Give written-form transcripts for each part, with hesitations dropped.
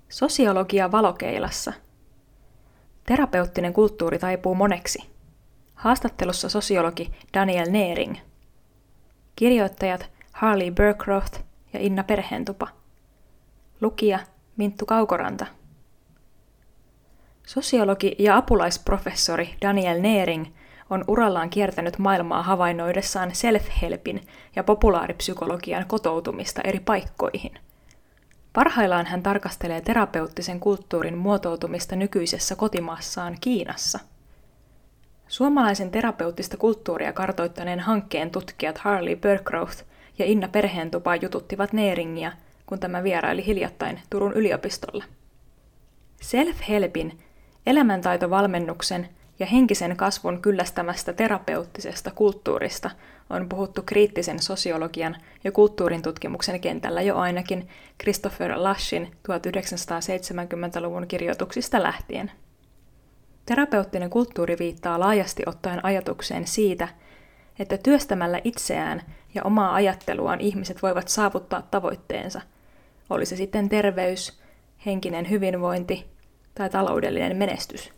Sosiologia valokeilassa. Terapeuttinen kulttuuri taipuu moneksi. Haastattelussa sosiologi Daniel Nering. Kirjoittajat Harley Burcroft ja Inna Perheentupa. Lukija Minttu Kaukoranta. Sosiologi ja apulaisprofessori Daniel Nering on urallaan kiertänyt maailmaa havainnoidessaan self-helpin ja populaaripsykologian kotoutumista eri paikkoihin. Parhaillaan hän tarkastelee terapeuttisen kulttuurin muotoutumista nykyisessä kotimaassaan Kiinassa. Suomalaisen terapeuttista kulttuuria kartoittaneen hankkeen tutkijat Harley Burcroft ja Inna Perheentupa jututtivat Neringiä, kun tämä vieraili hiljattain Turun yliopistolla. Self-helpin, elämäntaitovalmennuksen ja henkisen kasvun kyllästämästä terapeuttisesta kulttuurista on puhuttu kriittisen sosiologian ja kulttuurin tutkimuksen kentällä jo ainakin Christopher Lashin 1970-luvun kirjoituksista lähtien. Terapeuttinen kulttuuri viittaa laajasti ottaen ajatukseen siitä, että työstämällä itseään ja omaa ajatteluaan ihmiset voivat saavuttaa tavoitteensa, oli se sitten terveys, henkinen hyvinvointi tai taloudellinen menestys.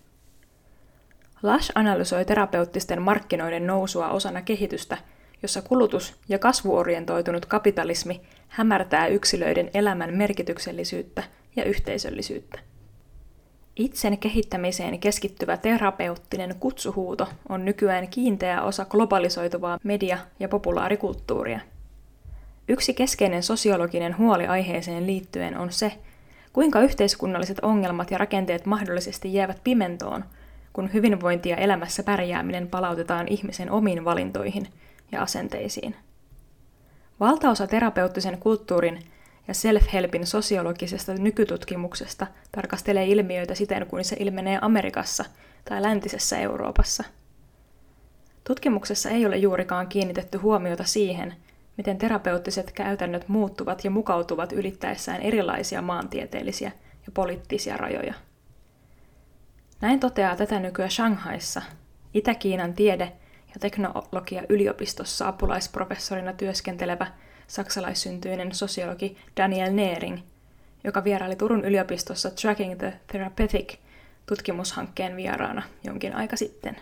Lash analysoi terapeuttisten markkinoiden nousua osana kehitystä, jossa kulutus- ja kasvuorientoitunut kapitalismi hämärtää yksilöiden elämän merkityksellisyyttä ja yhteisöllisyyttä. Itsen kehittämiseen keskittyvä terapeuttinen kutsuhuuto on nykyään kiinteä osa globalisoituvaa media- ja populaarikulttuuria. Yksi keskeinen sosiologinen huoli aiheeseen liittyen on se, kuinka yhteiskunnalliset ongelmat ja rakenteet mahdollisesti jäävät pimentoon, kun hyvinvointi ja elämässä pärjääminen palautetaan ihmisen omiin valintoihin ja asenteisiin. Valtaosa terapeuttisen kulttuurin ja self-helpin sosiologisesta nykytutkimuksesta tarkastelee ilmiöitä siten kuin se ilmenee Amerikassa tai läntisessä Euroopassa. Tutkimuksessa ei ole juurikaan kiinnitetty huomiota siihen, miten terapeuttiset käytännöt muuttuvat ja mukautuvat ylittäessään erilaisia maantieteellisiä ja poliittisia rajoja. Näin toteaa tätä nykyä Shanghaissa Itä-Kiinan tiede- ja teknologia-yliopistossa apulaisprofessorina työskentelevä saksalaissyntyinen sosiologi Daniel Nering, joka vieraili Turun yliopistossa Tracking the Therapeutic -tutkimushankkeen vieraana jonkin aika sitten.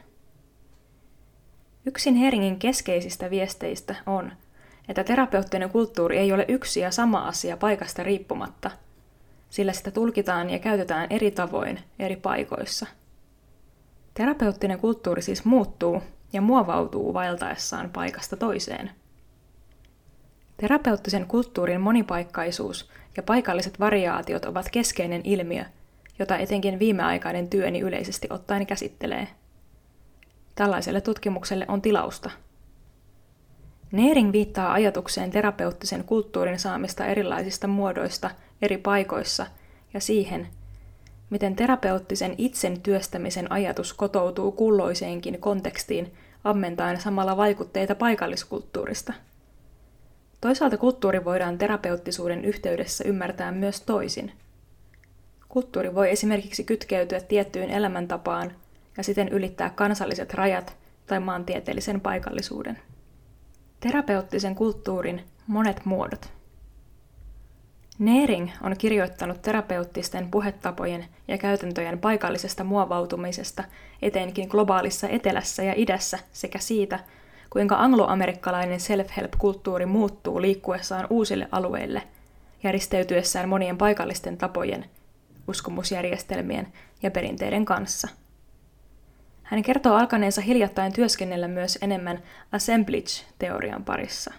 Yksi Neringin keskeisistä viesteistä on, että terapeuttinen kulttuuri ei ole yksi ja sama asia paikasta riippumatta, sillä sitä tulkitaan ja käytetään eri tavoin eri paikoissa. Terapeuttinen kulttuuri siis muuttuu ja muovautuu vaeltaessaan paikasta toiseen. Terapeuttisen kulttuurin monipaikkaisuus ja paikalliset variaatiot ovat keskeinen ilmiö, jota etenkin viimeaikainen työni yleisesti ottaen käsittelee. Tällaiselle tutkimukselle on tilausta. Nering viittaa ajatukseen terapeuttisen kulttuurin saamista erilaisista muodoista eri paikoissa ja siihen, miten terapeuttisen itsen työstämisen ajatus kotoutuu kulloiseenkin kontekstiin ammentaen samalla vaikutteita paikalliskulttuurista. Toisaalta kulttuuri voidaan terapeuttisuuden yhteydessä ymmärtää myös toisin. Kulttuuri voi esimerkiksi kytkeytyä tiettyyn elämäntapaan ja siten ylittää kansalliset rajat tai maantieteellisen paikallisuuden. Terapeuttisen kulttuurin monet muodot. Nering on kirjoittanut terapeuttisten puhetapojen ja käytäntöjen paikallisesta muovautumisesta etenkin globaalissa etelässä ja idässä sekä siitä, kuinka angloamerikkalainen self-help-kulttuuri muuttuu liikkuessaan uusille alueille ja risteytyessään monien paikallisten tapojen, uskomusjärjestelmien ja perinteiden kanssa. Hän kertoo alkaneensa hiljattain työskennellä myös enemmän assemblage-teorian parissa.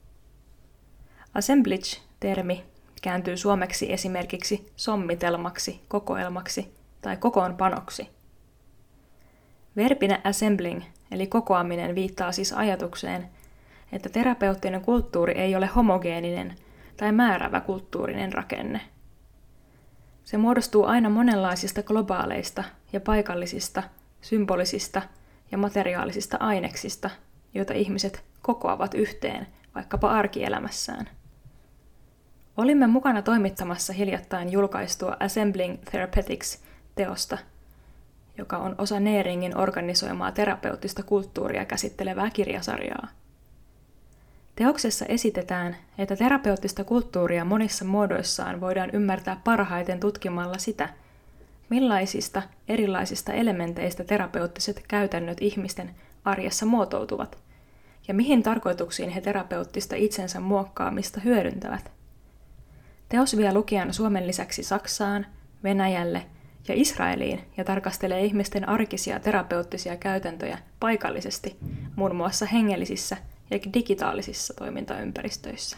Assemblage-termi kääntyy suomeksi esimerkiksi sommitelmaksi, kokoelmaksi tai kokoonpanoksi. Verbinä assembling eli kokoaminen viittaa siis ajatukseen, että terapeuttinen kulttuuri ei ole homogeeninen tai määräävä kulttuurinen rakenne. Se muodostuu aina monenlaisista globaaleista ja paikallisista, symbolisista ja materiaalisista aineksista, joita ihmiset kokoavat yhteen vaikkapa arkielämässään. Olimme mukana toimittamassa hiljattain julkaistua Assembling Therapeutics-teosta, joka on osa Neringin organisoimaa terapeuttista kulttuuria käsittelevää kirjasarjaa. Teoksessa esitetään, että terapeuttista kulttuuria monissa muodoissaan voidaan ymmärtää parhaiten tutkimalla sitä, millaisista erilaisista elementeistä terapeuttiset käytännöt ihmisten arjessa muotoutuvat, ja mihin tarkoituksiin he terapeuttista itsensä muokkaamista hyödyntävät. Teos vie lukijan Suomen lisäksi Saksaan, Venäjälle ja Israeliin ja tarkastelee ihmisten arkisia terapeuttisia käytäntöjä paikallisesti, muun muassa hengellisissä ja digitaalisissa toimintaympäristöissä.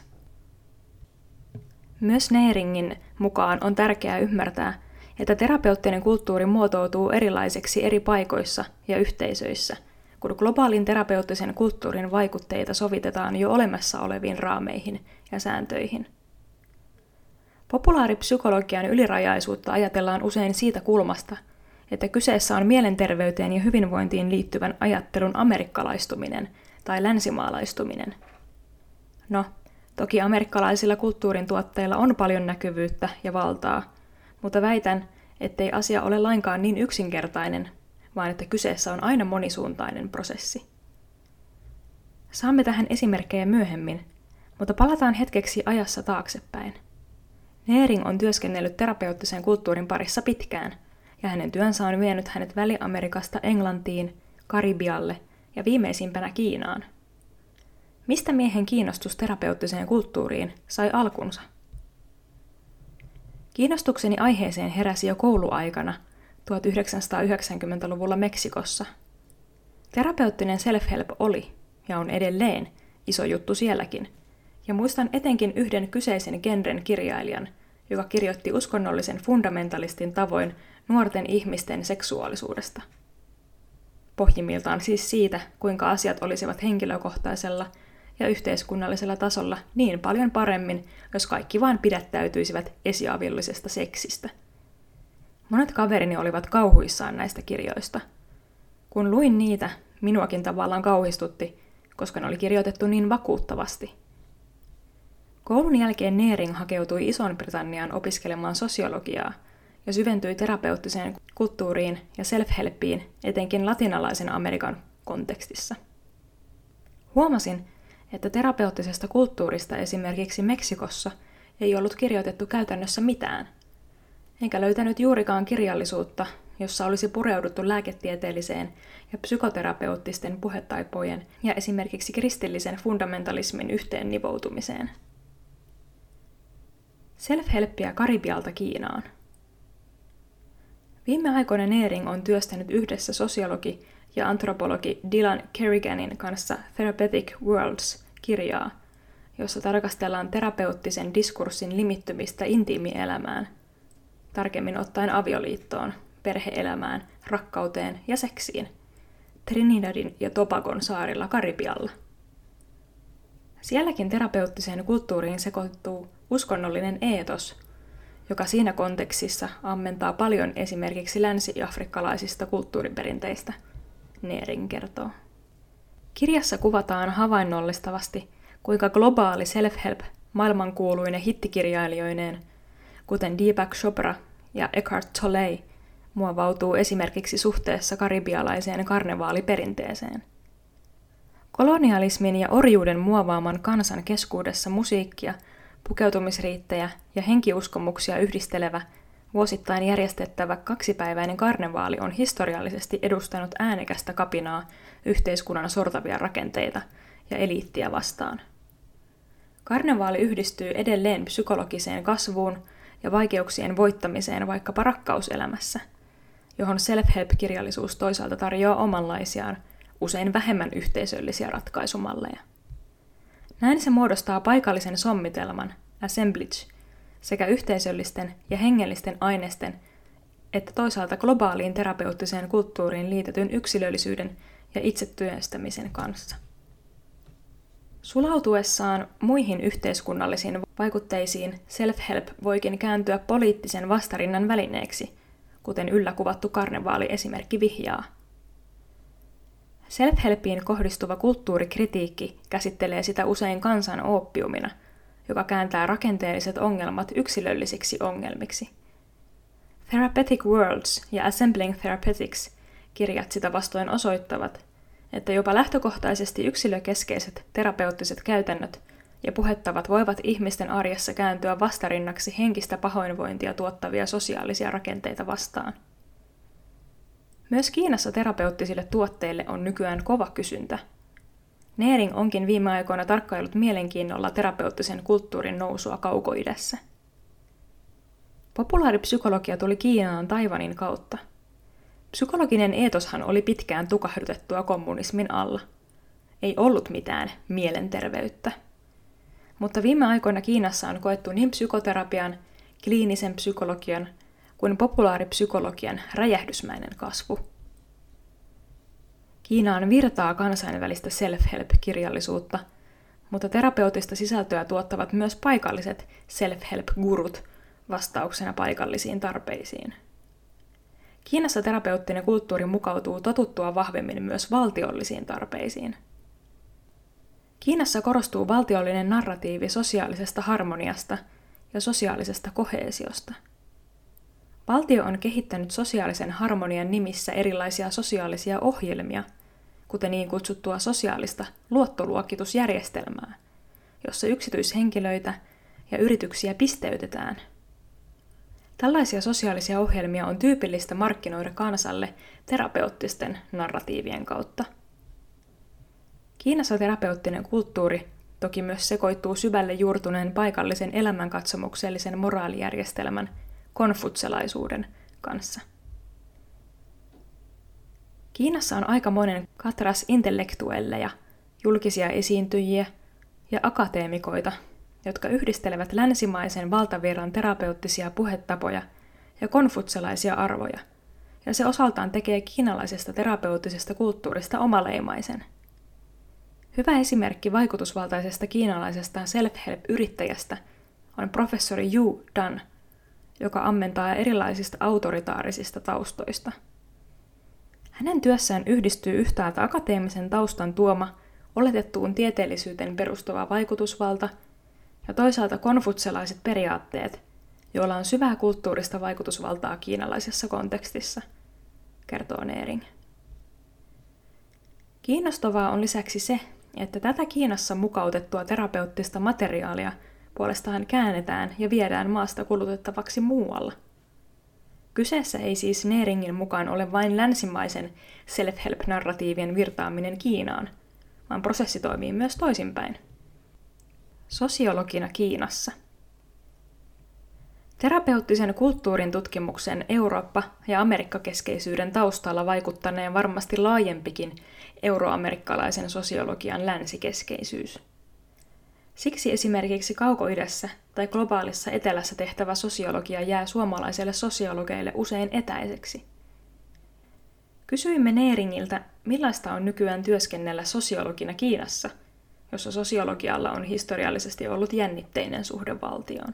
Myös Neringin mukaan on tärkeää ymmärtää, että terapeuttinen kulttuuri muotoutuu erilaiseksi eri paikoissa ja yhteisöissä, kun globaalin terapeuttisen kulttuurin vaikutteita sovitetaan jo olemassa oleviin raameihin ja sääntöihin. Populaaripsykologian ylirajaisuutta ajatellaan usein siitä kulmasta, että kyseessä on mielenterveyteen ja hyvinvointiin liittyvän ajattelun amerikkalaistuminen tai länsimaalaistuminen. No, toki amerikkalaisilla kulttuurin tuotteilla on paljon näkyvyyttä ja valtaa, mutta väitän, ettei asia ole lainkaan niin yksinkertainen, vaan että kyseessä on aina monisuuntainen prosessi. Saamme tähän esimerkkejä myöhemmin, mutta palataan hetkeksi ajassa taaksepäin. Nering on työskennellyt terapeuttisen kulttuurin parissa pitkään, ja hänen työnsä on vienyt hänet Väli-Amerikasta Englantiin, Karibialle ja viimeisimpänä Kiinaan. Mistä miehen kiinnostus terapeuttiseen kulttuuriin sai alkunsa? Kiinnostukseni aiheeseen heräsi jo kouluaikana 1990-luvulla Meksikossa. Terapeuttinen self-help oli, ja on edelleen, iso juttu sielläkin, ja muistan etenkin yhden kyseisen genren kirjailijan, joka kirjoitti uskonnollisen fundamentalistin tavoin nuorten ihmisten seksuaalisuudesta. Pohjimmiltaan siis siitä, kuinka asiat olisivat henkilökohtaisella ja yhteiskunnallisella tasolla niin paljon paremmin, jos kaikki vain pidättäytyisivät esiavillisesta seksistä. Monet kaverini olivat kauhuissaan näistä kirjoista. Kun luin niitä, minuakin tavallaan kauhistutti, koska ne oli kirjoitettu niin vakuuttavasti. Koulun jälkeen Nering hakeutui Ison-Britanniaan opiskelemaan sosiologiaa ja syventyi terapeuttiseen kulttuuriin ja self-helpiin etenkin latinalaisen Amerikan kontekstissa. Huomasin, että terapeuttisesta kulttuurista esimerkiksi Meksikossa ei ollut kirjoitettu käytännössä mitään, enkä löytänyt juurikaan kirjallisuutta, jossa olisi pureuduttu lääketieteelliseen ja psykoterapeuttisten puhetaipojen ja esimerkiksi kristillisen fundamentalismin yhteennivoutumiseen. Self-helppiä Karibialta Kiinaan. Viime aikoina Nering on työstänyt yhdessä sosiologi ja antropologi Dylan Kerriganin kanssa Therapeutic Worlds-kirjaa, jossa tarkastellaan terapeuttisen diskurssin limittymistä intiimielämään, tarkemmin ottaen avioliittoon, perhe-elämään, rakkauteen ja seksiin, Trinidadin ja Tobagon saarilla Karibialla. Sielläkin terapeuttiseen kulttuuriin sekoittuu uskonnollinen eetos, joka siinä kontekstissa ammentaa paljon esimerkiksi länsi-afrikkalaisista kulttuuriperinteistä, Nering kertoo. Kirjassa kuvataan havainnollistavasti, kuinka globaali self-help maailmankuuluinen hittikirjailijoineen, kuten Deepak Chopra ja Eckhart Tolle, muovautuu esimerkiksi suhteessa karibialaiseen karnevaaliperinteeseen. Kolonialismin ja orjuuden muovaaman kansan keskuudessa musiikkia, pukeutumisriittejä ja henkiuskomuksia yhdistelevä, vuosittain järjestettävä kaksipäiväinen karnevaali on historiallisesti edustanut äänekästä kapinaa yhteiskunnan sortavia rakenteita ja eliittiä vastaan. Karnevaali yhdistyy edelleen psykologiseen kasvuun ja vaikeuksien voittamiseen vaikkapa rakkauselämässä, johon self-help-kirjallisuus toisaalta tarjoaa omanlaisiaan, usein vähemmän yhteisöllisiä ratkaisumalleja. Näin se muodostaa paikallisen sommitelman, assemblage, sekä yhteisöllisten ja hengellisten ainesten, että toisaalta globaaliin terapeuttiseen kulttuuriin liitetyn yksilöllisyyden ja itsetyöstämisen kanssa. Sulautuessaan muihin yhteiskunnallisiin vaikutteisiin self-help voikin kääntyä poliittisen vastarinnan välineeksi, kuten ylläkuvattu karnevaali-esimerkki vihjaa. Self-helpiin kohdistuva kulttuurikritiikki käsittelee sitä usein kansan ooppiumina, joka kääntää rakenteelliset ongelmat yksilöllisiksi ongelmiksi. Therapeutic Worlds ja Assembling Therapeutics kirjat sitä vastoin osoittavat, että jopa lähtökohtaisesti yksilökeskeiset terapeuttiset käytännöt ja puhettavat voivat ihmisten arjessa kääntyä vastarinnaksi henkistä pahoinvointia tuottavia sosiaalisia rakenteita vastaan. Myös Kiinassa terapeuttisille tuotteille on nykyään kova kysyntä. Neering onkin viime aikoina tarkkaillut mielenkiinnolla terapeuttisen kulttuurin nousua Kaukoidässä. Populaaripsykologia tuli Kiinaan Taiwanin kautta. Psykologinen eetoshan oli pitkään tukahdutettua kommunismin alla. Ei ollut mitään mielenterveyttä. Mutta viime aikoina Kiinassa on koettu niin psykoterapian, kliinisen psykologian kuin populaaripsykologian räjähdysmäinen kasvu. Kiinaan virtaa kansainvälistä self-help-kirjallisuutta, mutta terapeutista sisältöä tuottavat myös paikalliset self-help-gurut vastauksena paikallisiin tarpeisiin. Kiinassa terapeuttinen kulttuuri mukautuu totuttua vahvemmin myös valtiollisiin tarpeisiin. Kiinassa korostuu valtiollinen narratiivi sosiaalisesta harmoniasta ja sosiaalisesta koheesiosta. Valtio on kehittänyt sosiaalisen harmonian nimissä erilaisia sosiaalisia ohjelmia, kuten niin kutsuttua sosiaalista luottoluokitusjärjestelmää, jossa yksityishenkilöitä ja yrityksiä pisteytetään. Tällaisia sosiaalisia ohjelmia on tyypillistä markkinoida kansalle terapeuttisten narratiivien kautta. Kiinassa terapeuttinen kulttuuri toki myös sekoittuu syvälle juurtuneen paikallisen elämänkatsomuksellisen moraalijärjestelmän konfutselaisuuden kanssa. Kiinassa on aikamoinen katras intellektuelleja, julkisia esiintyjiä ja akateemikoita, jotka yhdistelevät länsimaisen valtavirran terapeuttisia puhetapoja ja konfutselaisia arvoja, ja se osaltaan tekee kiinalaisesta terapeuttisesta kulttuurista omaleimaisen. Hyvä esimerkki vaikutusvaltaisesta kiinalaisesta self-help-yrittäjästä on professori Yu Dan, joka ammentaa erilaisista autoritaarisista taustoista. Hänen työssään yhdistyy yhtäältä akateemisen taustan tuoma, oletettuun tieteellisyyteen perustuva vaikutusvalta ja toisaalta konfutselaiset periaatteet, joilla on syvää kulttuurista vaikutusvaltaa kiinalaisessa kontekstissa, kertoo Neering. Kiinnostavaa on lisäksi se, että tätä Kiinassa mukautettua terapeuttista materiaalia puolestaan käännetään ja viedään maasta kulutettavaksi muualla. Kyseessä ei siis Neeringin mukaan ole vain länsimaisen self-help-narratiivien virtaaminen Kiinaan, vaan prosessi toimii myös toisinpäin. Sosiologina Kiinassa. Terapeuttisen kulttuurin tutkimuksen Eurooppa- ja Amerikkakeskeisyyden taustalla vaikuttaneen varmasti laajempikin euroamerikkalaisen sosiologian länsikeskeisyys. Siksi esimerkiksi Kaukoidässä tai globaalissa etelässä tehtävä sosiologia jää suomalaisille sosiologeille usein etäiseksi. Kysyimme Neeringiltä, millaista on nykyään työskennellä sosiologina Kiinassa, jossa sosiologialla on historiallisesti ollut jännitteinen suhde valtioon.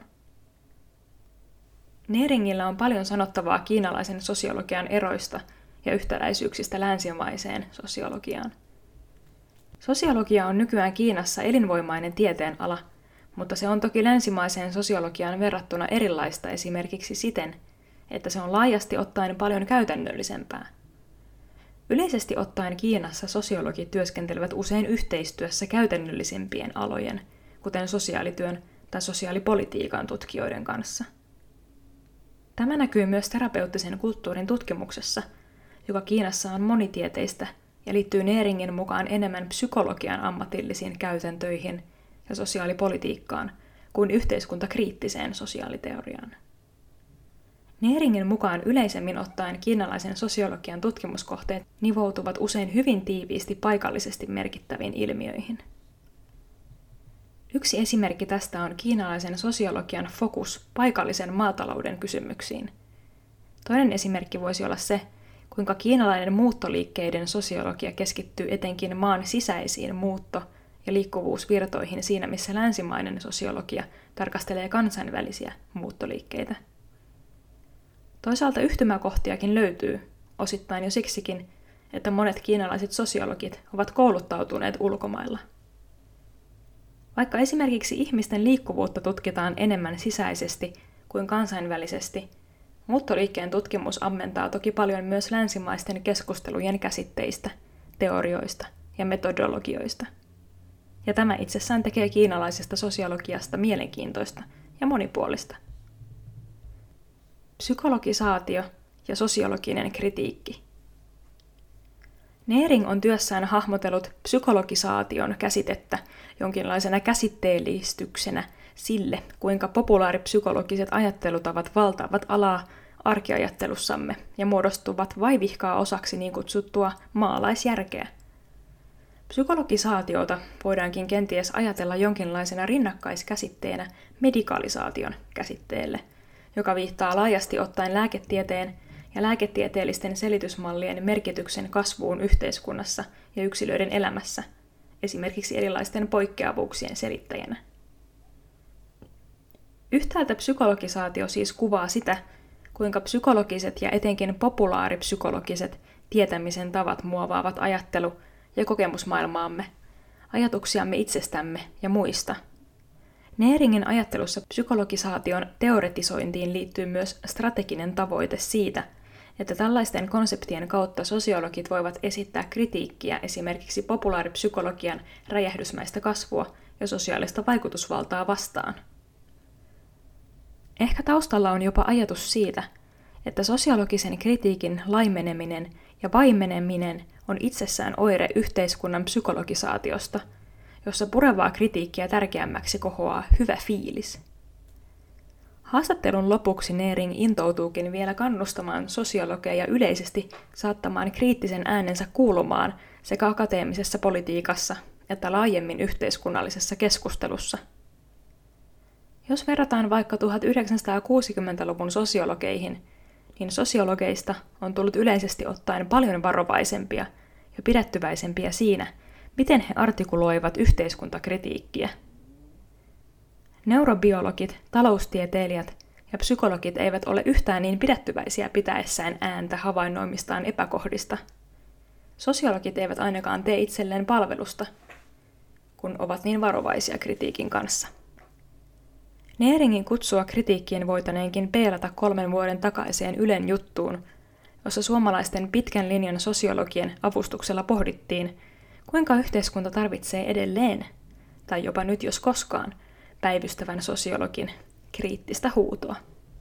Neeringillä on paljon sanottavaa kiinalaisen sosiologian eroista ja yhtäläisyyksistä länsimaiseen sosiologiaan. Sosiologia on nykyään Kiinassa elinvoimainen tieteenala, mutta se on toki länsimaiseen sosiologiaan verrattuna erilaista esimerkiksi siten, että se on laajasti ottaen paljon käytännöllisempää. Yleisesti ottaen Kiinassa sosiologit työskentelevät usein yhteistyössä käytännöllisempien alojen, kuten sosiaalityön tai sosiaalipolitiikan tutkijoiden kanssa. Tämä näkyy myös terapeuttisen kulttuurin tutkimuksessa, joka Kiinassa on monitieteistä ja liittyy Neeringin mukaan enemmän psykologian ammatillisiin käytäntöihin ja sosiaalipolitiikkaan kuin yhteiskuntakriittiseen sosiaaliteoriaan. Neeringin mukaan yleisemmin ottaen kiinalaisen sosiologian tutkimuskohteet nivoutuvat usein hyvin tiiviisti paikallisesti merkittäviin ilmiöihin. Yksi esimerkki tästä on kiinalaisen sosiologian fokus paikallisen maatalouden kysymyksiin. Toinen esimerkki voisi olla se, kuinka kiinalainen muuttoliikkeiden sosiologia keskittyy etenkin maan sisäisiin muutto- ja liikkuvuusvirtoihin siinä, missä länsimainen sosiologia tarkastelee kansainvälisiä muuttoliikkeitä. Toisaalta yhtymäkohtiakin löytyy, osittain jo siksikin, että monet kiinalaiset sosiologit ovat kouluttautuneet ulkomailla. Vaikka esimerkiksi ihmisten liikkuvuutta tutkitaan enemmän sisäisesti kuin kansainvälisesti, muuttoliikkeen tutkimus ammentaa toki paljon myös länsimaisten keskustelujen käsitteistä, teorioista ja metodologioista. Ja tämä itsessään tekee kiinalaisesta sosiologiasta mielenkiintoista ja monipuolista. Psykologisaatio ja sosiologinen kritiikki. Neering on työssään hahmotellut psykologisaation käsitettä jonkinlaisena käsitteellistyksenä sille, kuinka populaaripsykologiset ajattelutavat valtaavat alaa arkiajattelussamme ja muodostuvat vaivihkaa osaksi niin kutsuttua maalaisjärkeä. Psykologisaatiota voidaankin kenties ajatella jonkinlaisena rinnakkaiskäsitteenä medikalisaation käsitteelle, joka viittaa laajasti ottaen lääketieteen ja lääketieteellisten selitysmallien merkityksen kasvuun yhteiskunnassa ja yksilöiden elämässä, esimerkiksi erilaisten poikkeavuuksien selittäjänä. Yhtäältä psykologisaatio siis kuvaa sitä, kuinka psykologiset ja etenkin populaaripsykologiset tietämisen tavat muovaavat ajattelu- ja kokemusmaailmaamme, ajatuksiamme itsestämme ja muista. Neeringin ajattelussa psykologisaation teoretisointiin liittyy myös strateginen tavoite siitä, että tällaisten konseptien kautta sosiologit voivat esittää kritiikkiä esimerkiksi populaaripsykologian räjähdysmäistä kasvua ja sosiaalista vaikutusvaltaa vastaan. Ehkä taustalla on jopa ajatus siitä, että sosiologisen kritiikin laimeneminen ja vaimeneminen on itsessään oire yhteiskunnan psykologisaatiosta, jossa purevaa kritiikkiä tärkeämmäksi kohoaa hyvä fiilis. Haastattelun lopuksi Neering intoutuukin vielä kannustamaan sosiologeja yleisesti saattamaan kriittisen äänensä kuulumaan sekä akateemisessa politiikassa että laajemmin yhteiskunnallisessa keskustelussa. Jos verrataan vaikka 1960-luvun sosiologeihin, niin sosiologeista on tullut yleisesti ottaen paljon varovaisempia ja pidättyväisempiä siinä, miten he artikuloivat yhteiskuntakritiikkiä. Neurobiologit, taloustieteilijät ja psykologit eivät ole yhtään niin pidättyväisiä pitäessään ääntä havainnoimistaan epäkohdista. Sosiologit eivät ainakaan tee itselleen palvelusta, kun ovat niin varovaisia kritiikin kanssa. Neeringin kutsua kritiikkien voitaneenkin peilata 3 vuoden takaiseen Ylen juttuun, jossa suomalaisten pitkän linjan sosiologien avustuksella pohdittiin, kuinka yhteiskunta tarvitsee edelleen, tai jopa nyt jos koskaan, päivystävän sosiologin kriittistä huutoa.